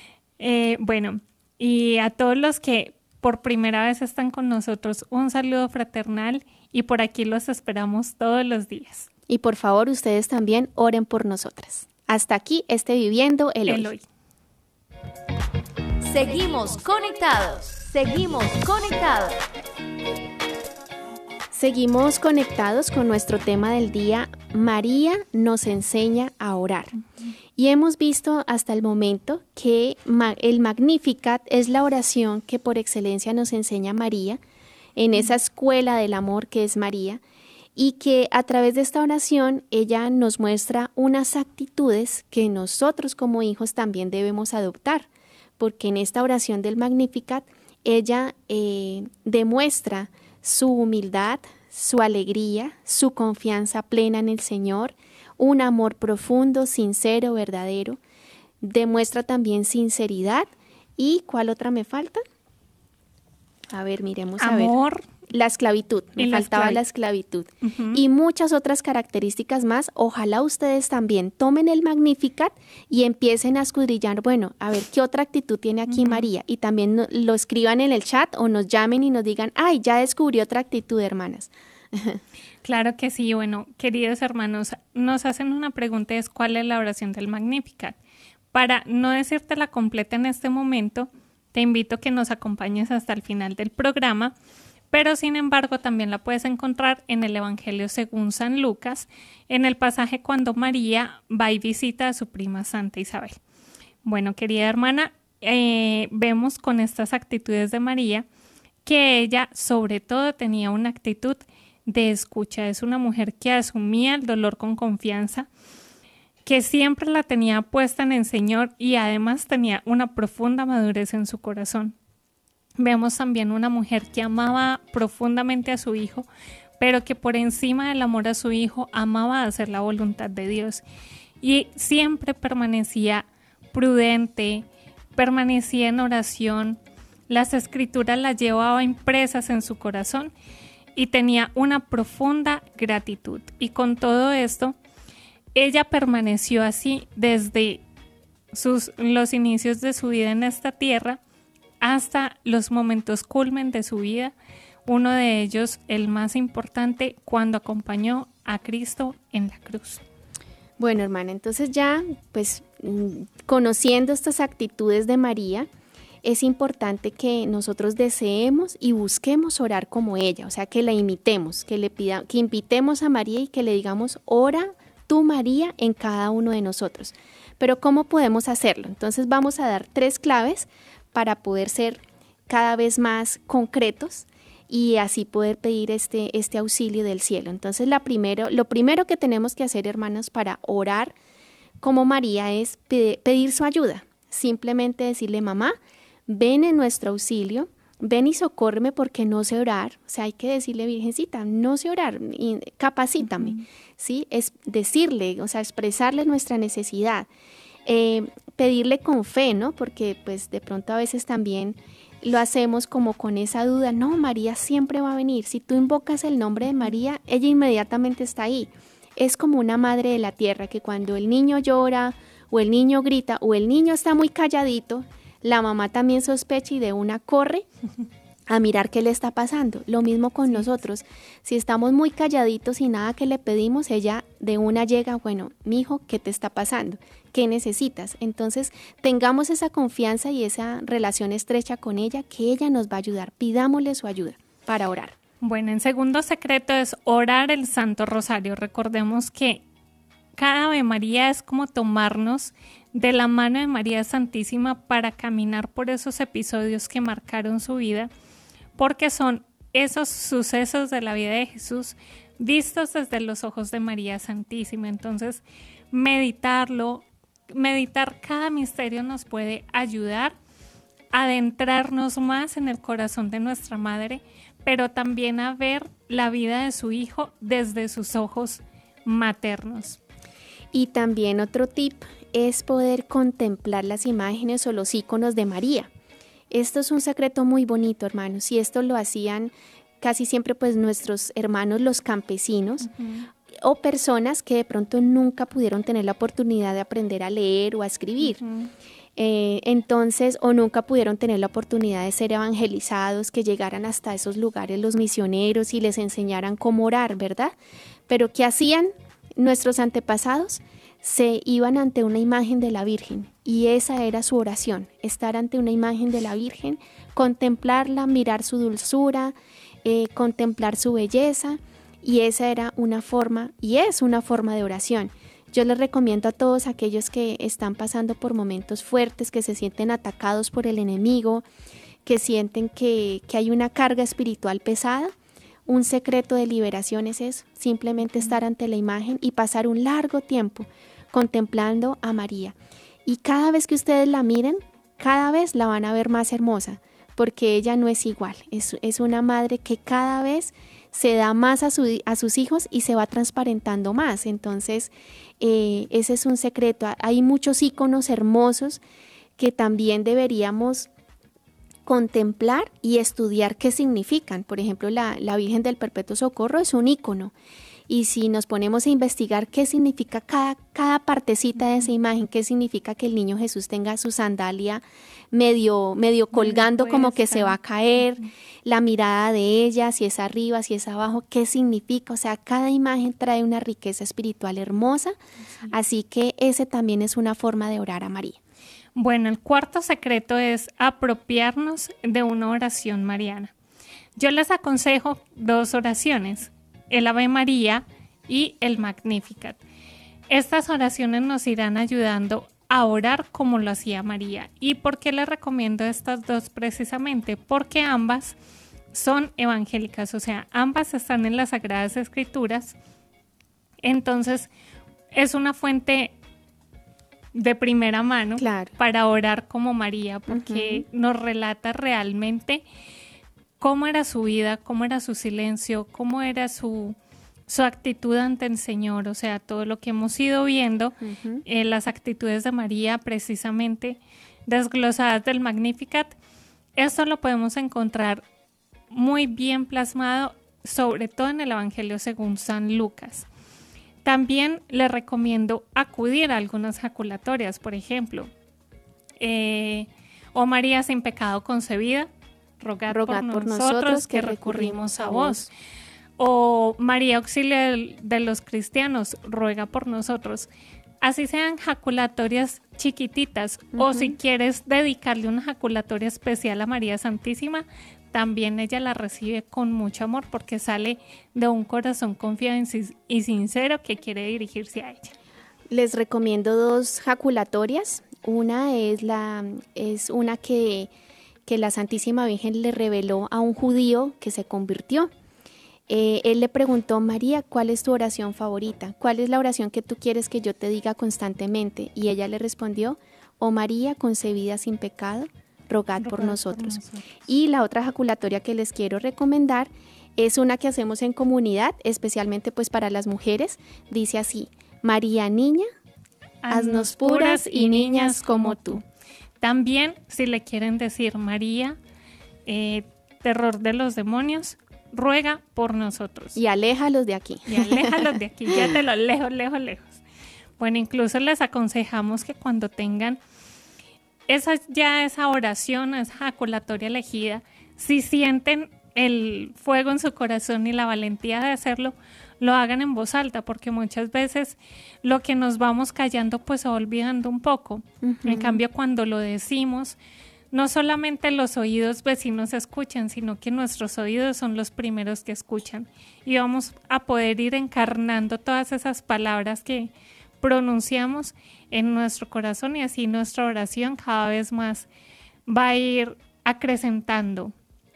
S4: Eh, bueno, y a todos los que por primera vez están con nosotros, un saludo fraternal y por aquí los esperamos todos los días.
S3: Y por favor, ustedes también oren por nosotras. Hasta aquí este Viviendo el Hoy.
S4: El hoy.
S5: Seguimos conectados, seguimos conectados.
S3: Seguimos conectados con nuestro tema del día, María nos enseña a orar. Y hemos visto hasta el momento que el Magnificat es la oración que por excelencia nos enseña María, en esa escuela del amor que es María, y que a través de esta oración ella nos muestra unas actitudes que nosotros como hijos también debemos adoptar, porque en esta oración del Magnificat ella eh, demuestra su humildad, su alegría, su confianza plena en el Señor, un amor profundo, sincero, verdadero. Demuestra también sinceridad. ¿Y cuál otra me falta? A ver, miremos a ver.
S4: Amor.
S3: La esclavitud, me
S4: la
S3: faltaba
S4: esclav-
S3: la esclavitud.
S4: Uh-huh.
S3: Y muchas otras características más. Ojalá ustedes también tomen el Magnificat y empiecen a escudriñar, bueno, a ver qué otra actitud tiene aquí uh-huh. María. Y también no, lo escriban en el chat o nos llamen y nos digan, ay, ya descubrí otra actitud, hermanas.
S4: Claro que sí. Bueno, queridos hermanos, nos hacen una pregunta, es ¿cuál es la oración del Magnificat? Para no decirte la completa en este momento, te invito a que nos acompañes hasta el final del programa, pero sin embargo también la puedes encontrar en el Evangelio según San Lucas, en el pasaje cuando María va y visita a su prima Santa Isabel. Bueno, querida hermana, eh, vemos con estas actitudes de María que ella sobre todo tenía una actitud de escucha. Es una mujer que asumía el dolor con confianza, que siempre la tenía puesta en el Señor y además tenía una profunda madurez en su corazón. Vemos también una mujer que amaba profundamente a su hijo, pero que por encima del amor a su hijo amaba hacer la voluntad de Dios y siempre permanecía prudente, permanecía en oración, las escrituras las llevaba impresas en su corazón y tenía una profunda gratitud. Y con todo esto, ella permaneció así desde sus, los inicios de su vida en esta tierra hasta los momentos culmen de su vida, uno de ellos, el más importante, cuando acompañó a Cristo en la cruz.
S3: Bueno, hermana, entonces ya, pues, conociendo estas actitudes de María, es importante que nosotros deseemos y busquemos orar como ella, o sea, que la imitemos, que le pida, que invitemos a María y que le digamos, ora tú, María, en cada uno de nosotros. Pero ¿cómo podemos hacerlo? Entonces vamos a dar tres claves para poder ser cada vez más concretos y así poder pedir este, este auxilio del cielo. Entonces la primero, lo primero que tenemos que hacer, hermanos, para orar como María es pedir su ayuda. Simplemente decirle, mamá, ven en nuestro auxilio, ven y socórreme porque no sé orar. O sea, hay que decirle, Virgencita, no sé orar, capacítame. Uh-huh. ¿Sí? Es decirle, o sea, expresarle nuestra necesidad. Eh, pedirle con fe, ¿no? Porque pues de pronto a veces también lo hacemos como con esa duda, no, María siempre va a venir, si tú invocas el nombre de María, ella inmediatamente está ahí. Es como una madre de la tierra que cuando el niño llora o el niño grita o el niño está muy calladito, la mamá también sospecha y de una corre a mirar qué le está pasando. Lo mismo con sí. nosotros. Si estamos muy calladitos y nada que le pedimos, ella de una llega, bueno, mijo, ¿qué te está pasando? ¿Qué necesitas? Entonces, tengamos esa confianza y esa relación estrecha con ella, que ella nos va a ayudar. Pidámosle su ayuda para orar.
S4: Bueno, el segundo secreto es orar el Santo Rosario. Recordemos que cada Ave María es como tomarnos de la mano de María Santísima para caminar por esos episodios que marcaron su vida, porque son esos sucesos de la vida de Jesús vistos desde los ojos de María Santísima. Entonces, meditarlo, meditar cada misterio nos puede ayudar a adentrarnos más en el corazón de nuestra Madre, pero también a ver la vida de su Hijo desde sus ojos maternos.
S3: Y también otro tip es poder contemplar las imágenes o los íconos de María. Esto es un secreto muy bonito, hermanos, y esto lo hacían casi siempre pues nuestros hermanos los campesinos, uh-huh. o personas que de pronto nunca pudieron tener la oportunidad de aprender a leer o a escribir. Uh-huh. Eh, entonces, o nunca pudieron tener la oportunidad de ser evangelizados, que llegaran hasta esos lugares los misioneros y les enseñaran cómo orar, ¿verdad? Pero ¿qué hacían nuestros antepasados? Se iban ante una imagen de la Virgen y esa era su oración, estar ante una imagen de la Virgen, contemplarla, mirar su dulzura, eh, contemplar su belleza, y esa era una forma y es una forma de oración. Yo les recomiendo a todos aquellos que están pasando por momentos fuertes, que se sienten atacados por el enemigo, que sienten que, que hay una carga espiritual pesada. Un secreto de liberación es eso, simplemente estar ante la imagen y pasar un largo tiempo contemplando a María. Y cada vez que ustedes la miren, cada vez la van a ver más hermosa, porque ella no es igual. Es, es una madre que cada vez se da más a, su, a sus hijos y se va transparentando más. Entonces, eh, ese es un secreto. Hay muchos íconos hermosos que también deberíamos contemplar y estudiar qué significan. Por ejemplo, la, la Virgen del Perpetuo Socorro es un ícono. Y si nos ponemos a investigar qué significa cada, cada partecita de esa imagen, qué significa que el niño Jesús tenga su sandalia medio, medio colgando como que se va a caer, uh-huh. la mirada de ella, si es arriba, si es abajo, qué significa. O sea, cada imagen trae una riqueza espiritual hermosa, uh-huh. así que ese también es una forma de orar a María.
S4: Bueno, el cuarto secreto es apropiarnos de una oración mariana. Yo les aconsejo dos oraciones, el Ave María y el Magnificat. Estas oraciones nos irán ayudando a orar como lo hacía María. ¿Y por qué les recomiendo estas dos precisamente? Porque ambas son evangélicas, o sea, ambas están en las Sagradas Escrituras. Entonces, es una fuente de primera mano, claro, para orar como María, porque uh-huh. nos relata realmente cómo era su vida, cómo era su silencio, cómo era su, su actitud ante el Señor, o sea, todo lo que hemos ido viendo, uh-huh. eh, las actitudes de María precisamente desglosadas del Magnificat. Esto lo podemos encontrar muy bien plasmado, sobre todo en el Evangelio según San Lucas. También les recomiendo acudir a algunas jaculatorias, por ejemplo, eh, oh María sin pecado concebida, rogad, rogad por, por nosotros, nosotros que recurrimos a vos. O María auxilia de los cristianos, ruega por nosotros. Así sean jaculatorias chiquititas, uh-huh. o si quieres dedicarle una jaculatoria especial a María Santísima, también ella la recibe con mucho amor porque sale de un corazón confiado y sincero que quiere dirigirse a ella.
S3: Les recomiendo dos jaculatorias. Una es, la, es una que, que la Santísima Virgen le reveló a un judío que se convirtió. Eh, él le preguntó: María, ¿cuál es tu oración favorita? ¿Cuál es la oración que tú quieres que yo te diga constantemente? Y ella le respondió: oh María concebida sin pecado, rogad por nosotros. por nosotros. Y la otra jaculatoria que les quiero recomendar es una que hacemos en comunidad, especialmente pues para las mujeres. Dice así: María niña, haznos puras y niñas como tú.
S4: También, si le quieren decir María, eh, terror de los demonios, ruega por nosotros.
S3: Y aléjalos de aquí.
S4: Y aléjalos de aquí, ya te los lejos, lejos, lejos. Bueno, incluso les aconsejamos que cuando tengan esa, ya esa oración, esa jaculatoria elegida, si sienten el fuego en su corazón y la valentía de hacerlo, lo hagan en voz alta, porque muchas veces lo que nos vamos callando pues se va olvidando un poco. Uh-huh. En cambio, cuando lo decimos, no solamente los oídos vecinos escuchan, sino que nuestros oídos son los primeros que escuchan. Y vamos a poder ir encarnando todas esas palabras que pronunciamos en nuestro corazón, y así nuestra oración cada vez más va a ir acrecentando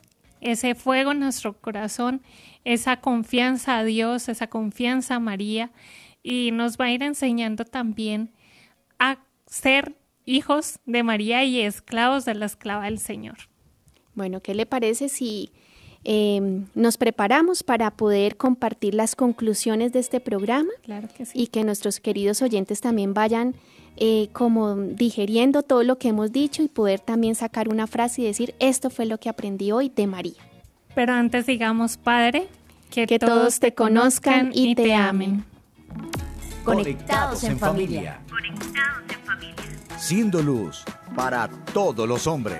S4: ese fuego en nuestro corazón, esa confianza a Dios, esa confianza a María, y nos va a ir enseñando también a ser hijos de María y esclavos de la esclava del Señor.
S3: Bueno, ¿qué le parece si eh, nos preparamos para poder compartir las conclusiones de este programa?
S4: Claro que sí.
S3: Y que nuestros queridos oyentes también vayan eh, como digeriendo todo lo que hemos dicho y poder también sacar una frase y decir: esto fue lo que aprendí hoy de María.
S4: Pero antes digamos: Padre, que,
S3: que todos te conozcan y, y te amen.
S2: Conectados en familia.
S5: Conectados en familia.
S2: Siendo luz para todos los hombres.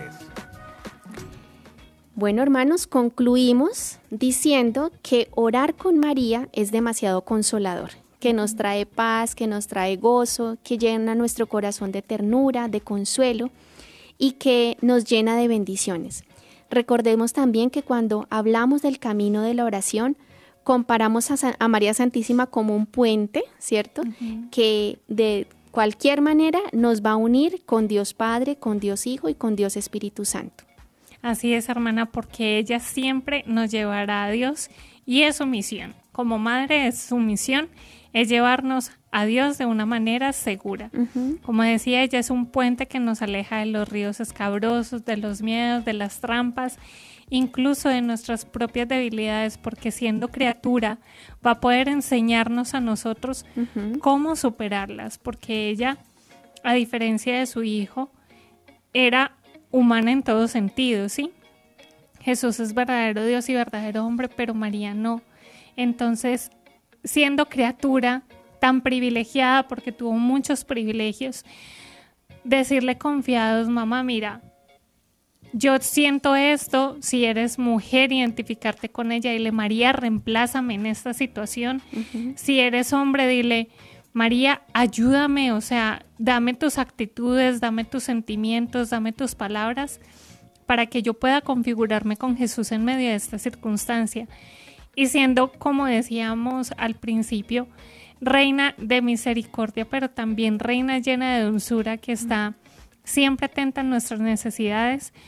S3: Bueno, hermanos, concluimos diciendo que orar con María es demasiado consolador, que nos trae paz, que nos trae gozo, que llena nuestro corazón de ternura, de consuelo y que nos llena de bendiciones. Recordemos también que cuando hablamos del camino de la oración, comparamos a, San, a María Santísima como un puente, ¿cierto? Uh-huh. Que de cualquier manera nos va a unir con Dios Padre, con Dios Hijo y con Dios Espíritu Santo.
S4: Así es, hermana, porque ella siempre nos llevará a Dios y es su misión. Como madre, es su misión, es llevarnos a Dios de una manera segura. Uh-huh. Como decía, ella es un puente que nos aleja de los ríos escabrosos, de los miedos, de las trampas, incluso de nuestras propias debilidades, porque siendo criatura va a poder enseñarnos a nosotros uh-huh. cómo superarlas, porque ella, a diferencia de su hijo, era humana en todo sentido, ¿sí? Jesús es verdadero Dios y verdadero hombre, pero María no. Entonces, siendo criatura tan privilegiada, porque tuvo muchos privilegios, decirle confiados: mamá, mira, yo siento esto. Si eres mujer, identificarte con ella, dile: María, reemplázame en esta situación. Uh-huh. Si eres hombre, dile: María, ayúdame, o sea, dame tus actitudes, dame tus sentimientos, dame tus palabras para que yo pueda configurarme con Jesús en medio de esta circunstancia. Y siendo, como decíamos al principio, reina de misericordia, pero también reina llena de dulzura, que está siempre atenta a nuestras necesidades,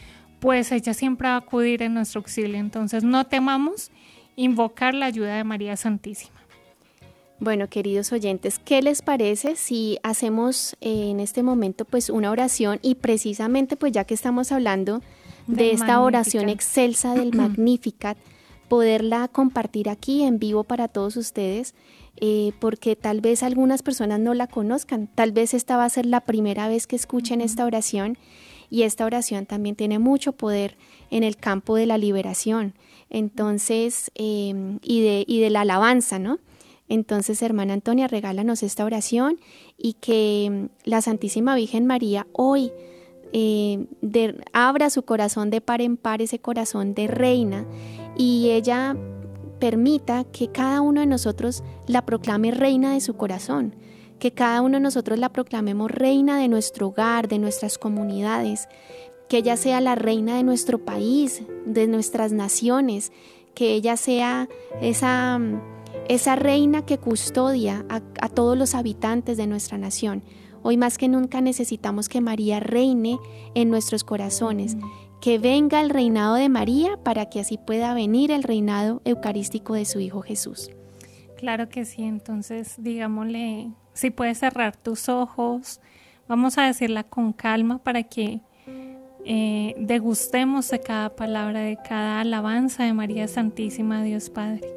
S4: pues ella siempre va a acudir en nuestro auxilio. Entonces no temamos invocar la ayuda de María Santísima.
S3: Bueno, queridos oyentes, ¿qué les parece si hacemos eh, en este momento pues una oración y precisamente pues ya que estamos hablando de
S4: Del
S3: esta oración
S4: Magnificat.
S3: excelsa del Magnificat, poderla compartir aquí en vivo para todos ustedes, eh, porque tal vez algunas personas no la conozcan, tal vez esta va a ser la primera vez que escuchen uh-huh. esta oración, y esta oración también tiene mucho poder en el campo de la liberación, entonces, eh, y, de, y de la alabanza, ¿no? Entonces, hermana Antonia, regálanos esta oración y que la Santísima Virgen María hoy eh, de, abra su corazón de par en par, ese corazón de reina, y ella permita que cada uno de nosotros la proclame reina de su corazón, que cada uno de nosotros la proclamemos reina de nuestro hogar, de nuestras comunidades, que ella sea la reina de nuestro país, de nuestras naciones, que ella sea esa... esa reina que custodia a, a todos los habitantes de nuestra nación. Hoy más que nunca necesitamos que María reine en nuestros corazones, que venga el reinado de María para que así pueda venir el reinado eucarístico de su Hijo Jesús.
S4: Claro que sí, entonces digámosle, si puedes cerrar tus ojos, vamos a decirla con calma para que eh, degustemos de cada palabra, de cada alabanza de María Santísima, Dios Padre.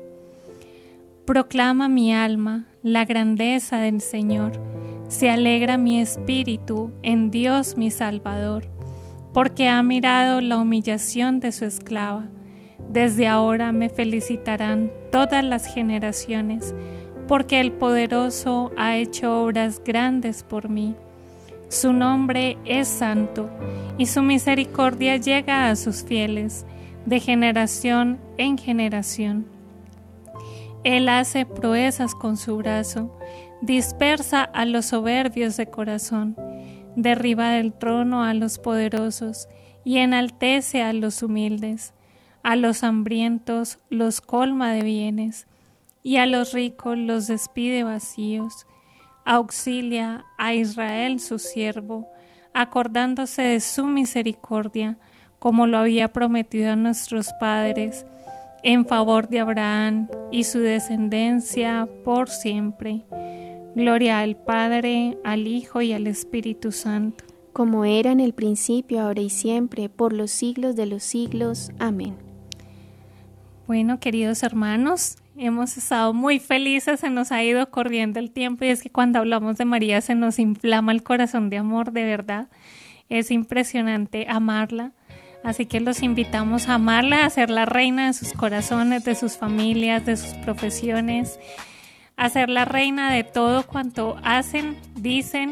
S4: Proclama mi alma la grandeza del Señor, se alegra mi espíritu en Dios mi Salvador, porque ha mirado la humillación de su esclava. Desde ahora me felicitarán todas las generaciones, porque el Poderoso ha hecho obras grandes por mí. Su nombre es santo, y su misericordia llega a sus fieles, de generación en generación. Él hace proezas con su brazo, dispersa a los soberbios de corazón, derriba del trono a los poderosos y enaltece a los humildes. A los hambrientos los colma de bienes y a los ricos los despide vacíos. Auxilia a Israel su siervo, acordándose de su misericordia, como lo había prometido a nuestros padres, en favor de Abraham y su descendencia por siempre. Gloria al Padre, al Hijo y al Espíritu Santo.
S3: Como era en el principio, ahora y siempre, por los siglos de los siglos. Amén.
S4: Bueno, queridos hermanos, hemos estado muy felices, se nos ha ido corriendo el tiempo y es que cuando hablamos de María se nos inflama el corazón de amor, de verdad. Es impresionante amarla. Así que los invitamos a amarla, a ser la reina de sus corazones, de sus familias, de sus profesiones, a ser la reina de todo cuanto hacen, dicen,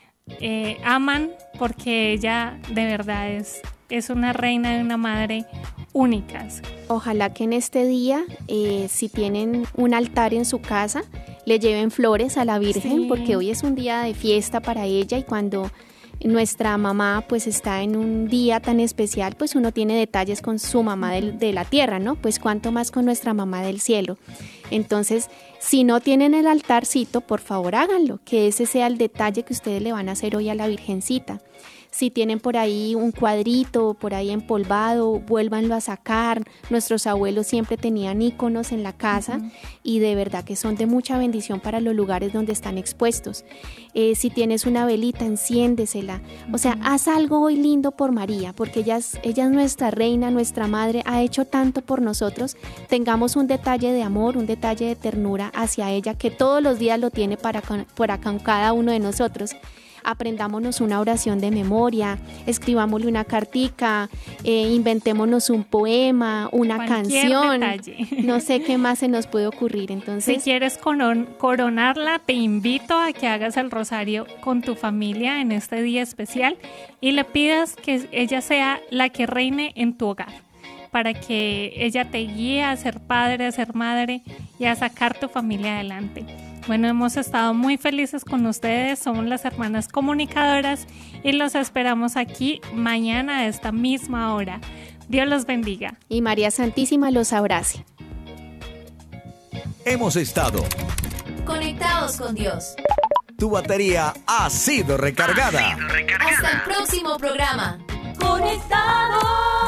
S4: eh, aman, porque ella de verdad es, es una reina y una madre únicas.
S3: Ojalá que en este día, eh, si tienen un altar en su casa, le lleven flores a la Virgen, sí, porque hoy es un día de fiesta para ella, y cuando nuestra mamá pues está en un día tan especial, pues uno tiene detalles con su mamá de, de la tierra, ¿no? Pues cuánto más con nuestra mamá del cielo. Entonces, si no tienen el altarcito, por favor háganlo, que ese sea el detalle que ustedes le van a hacer hoy a la Virgencita. Si tienen por ahí un cuadrito, por ahí empolvado, vuélvanlo a sacar. Nuestros abuelos siempre tenían íconos en la casa, uh-huh, y de verdad que son de mucha bendición para los lugares donde están expuestos. Eh, si tienes una velita, enciéndesela. Uh-huh. O sea, haz algo hoy lindo por María, porque ella es, ella es nuestra reina, nuestra madre, ha hecho tanto por nosotros. Tengamos un detalle de amor, un detalle de ternura hacia ella, que todos los días lo tiene para con, para con cada uno de nosotros. Aprendámonos una oración de memoria, escribámosle una cartica, eh, inventémonos un poema, una Cualquier canción, detalle. No sé qué más se nos puede ocurrir. Entonces,
S4: si quieres coron- coronarla, te invito a que hagas el rosario con tu familia en este día especial y le pidas que ella sea la que reine en tu hogar, para que ella te guíe a ser padre, a ser madre y a sacar tu familia adelante. Bueno, hemos estado muy felices con ustedes, somos las hermanas comunicadoras y los esperamos aquí mañana a esta misma hora. Dios los bendiga.
S3: Y María Santísima los abrace.
S2: Hemos estado
S1: conectados con Dios.
S2: Tu batería ha sido recargada.
S1: Ha sido recargada. Hasta el próximo programa. Conectados.